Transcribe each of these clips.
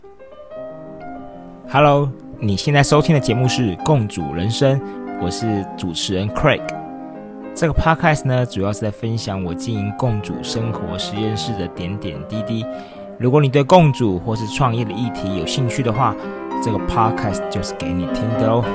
Hello， 你现在收听的节目是共主人生，我是主持人 Craig。这个 podcast 呢，主要是在分享我经营共主生活实验室的点点滴滴。如果你对共主或是创业的议题有兴趣的话，这个 podcast 就是给你听的哦。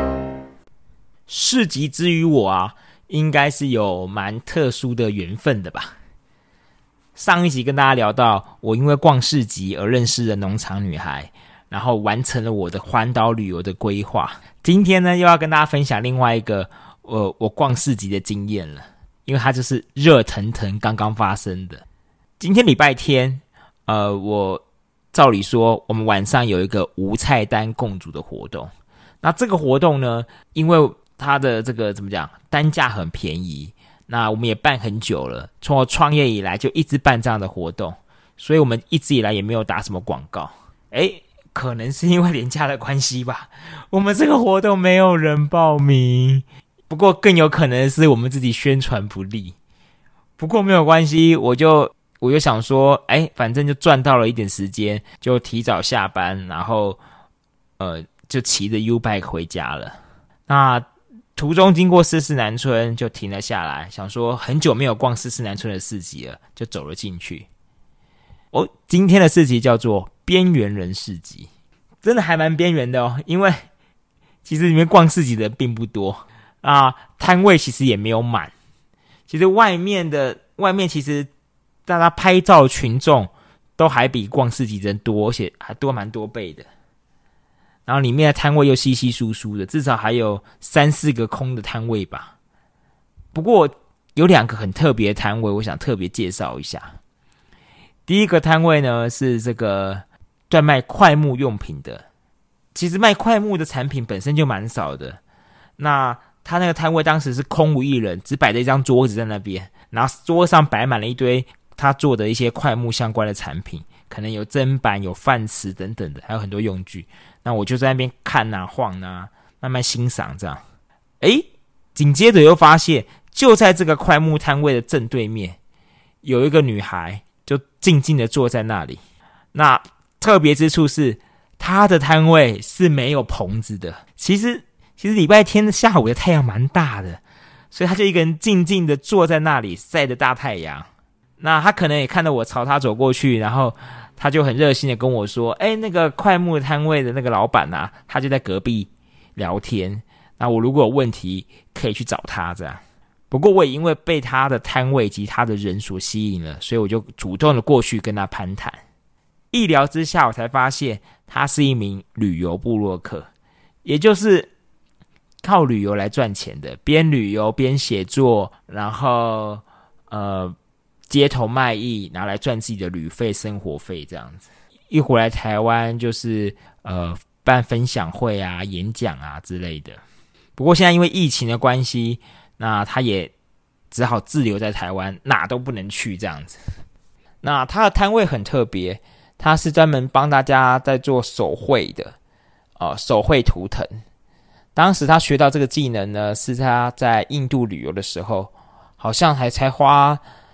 市集之于我啊，应该是有蛮特殊的缘分的吧。上一集跟大家聊到，我因为逛市集而认识了农场女孩，然后完成了我的环岛旅游的规划。今天呢，又要跟大家分享另外一个我逛市集的经验了，因为它就是热腾腾刚刚发生的。今天礼拜天，我照理说我们晚上有一个无菜单共煮的活动。那这个活动呢，因为它的这个怎么讲，单价很便宜，那我们也办很久了，从我创业以来就一直办这样的活动，所以我们一直以来也没有打什么广告。可能是因为廉价的关系吧，我们这个活动没有人报名。不过更有可能是我们自己宣传不力。不过没有关系，我就想说，反正就赚到了一点时间，就提早下班，然后就骑着 U-Bike 回家了。那途中经过四四南村，就停了下来，想说很久没有逛四四南村的市集了，就走了进去。今天的市集叫做边缘人市集，真的还蛮边缘的哦，因为其实里面逛市集的人并不多啊，摊位其实也没有满。其实外面其实大家拍照的群众都还比逛市集人多，而且还多蛮多倍的。然后里面的摊位又稀稀疏疏的，至少还有3-4个空的摊位吧。不过有2个很特别的摊位，我想特别介绍一下。第一个摊位呢，是这个专卖快木用品的。其实卖快木的产品本身就蛮少的，那他那个摊位当时是空无一人，只摆着一张桌子在那边，然后桌上摆满了一堆他做的一些快木相关的产品，可能有砧板、有饭匙等等的，还有很多用具。那我就在那边看啊、晃啊，慢慢欣赏这样。紧接着又发现，就在这个快木摊位的正对面，有一个女孩就静静的坐在那里。那特别之处是，她的摊位是没有棚子的。其实礼拜天的下午的太阳蛮大的，所以她就一个人静静的坐在那里，晒着大太阳。那她可能也看到我朝她走过去，然后她就很热心的跟我说，那个快木摊位的那个老板啊，他就在隔壁聊天。那我如果有问题可以去找他这样。不过我也因为被他的摊位及他的人所吸引了，所以我就主动的过去跟他攀谈。一聊之下，我才发现他是一名旅游部落客，也就是靠旅游来赚钱的，边旅游边写作，然后街头卖艺，拿来赚自己的旅费、生活费这样子。一回来台湾就是办分享会啊、演讲啊之类的。不过现在因为疫情的关系，那他也只好滞留在台湾，哪都不能去这样子。那他的摊位很特别，他是专门帮大家在做手绘的，手绘图腾。当时他学到这个技能呢，是他在印度旅游的时候，好像才花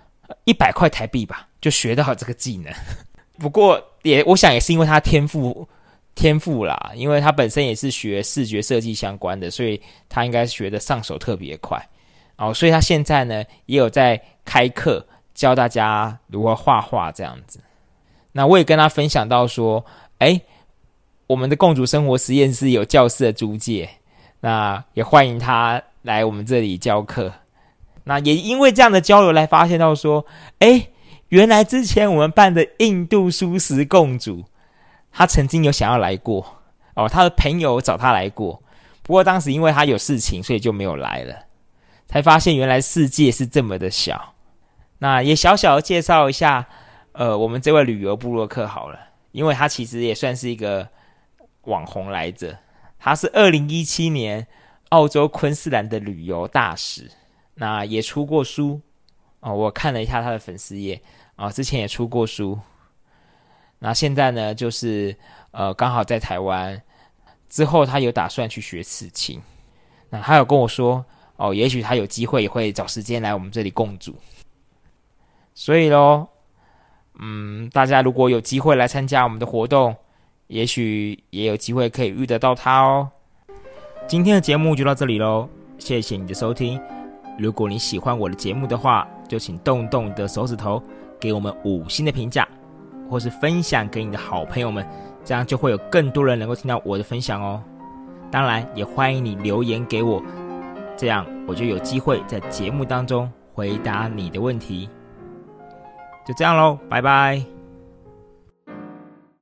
100块台币吧，就学到这个技能。不过我想也是因为他天赋啦，因为他本身也是学视觉设计相关的，所以他应该学的上手特别快。所以他现在呢也有在开课教大家如何画画这样子。那我也跟他分享到说，我们的共主生活实验室有教室的租借，那也欢迎他来我们这里教课。那也因为这样的交流来发现到说，原来之前我们办的印度蔬食共主，他曾经有想要来过，他的朋友找他来过，不过当时因为他有事情，所以就没有来了。才发现原来世界是这么的小。那也小小的介绍一下我们这位旅游部落客好了，因为他其实也算是一个网红来着。他是2017年澳洲昆士兰的旅游大使，那也出过书我看了一下他的粉丝页之前也出过书。那现在呢就是刚好在台湾，之后他有打算去学刺青。那他有跟我说也许他有机会也会找时间来我们这里共煮。所以咯大家如果有机会来参加我们的活动， 也许也有机会可以遇得到他哦。今天的节目就到这里咯，谢谢你的收听。如果你喜欢我的节目的话，就请动动你的手指头给我们5星的评价，或是分享给你的好朋友们，这样就会有更多人能够听到我的分享哦。当然也欢迎你留言给我，这样我就有机会在节目当中回答你的问题。就这样咯，拜拜。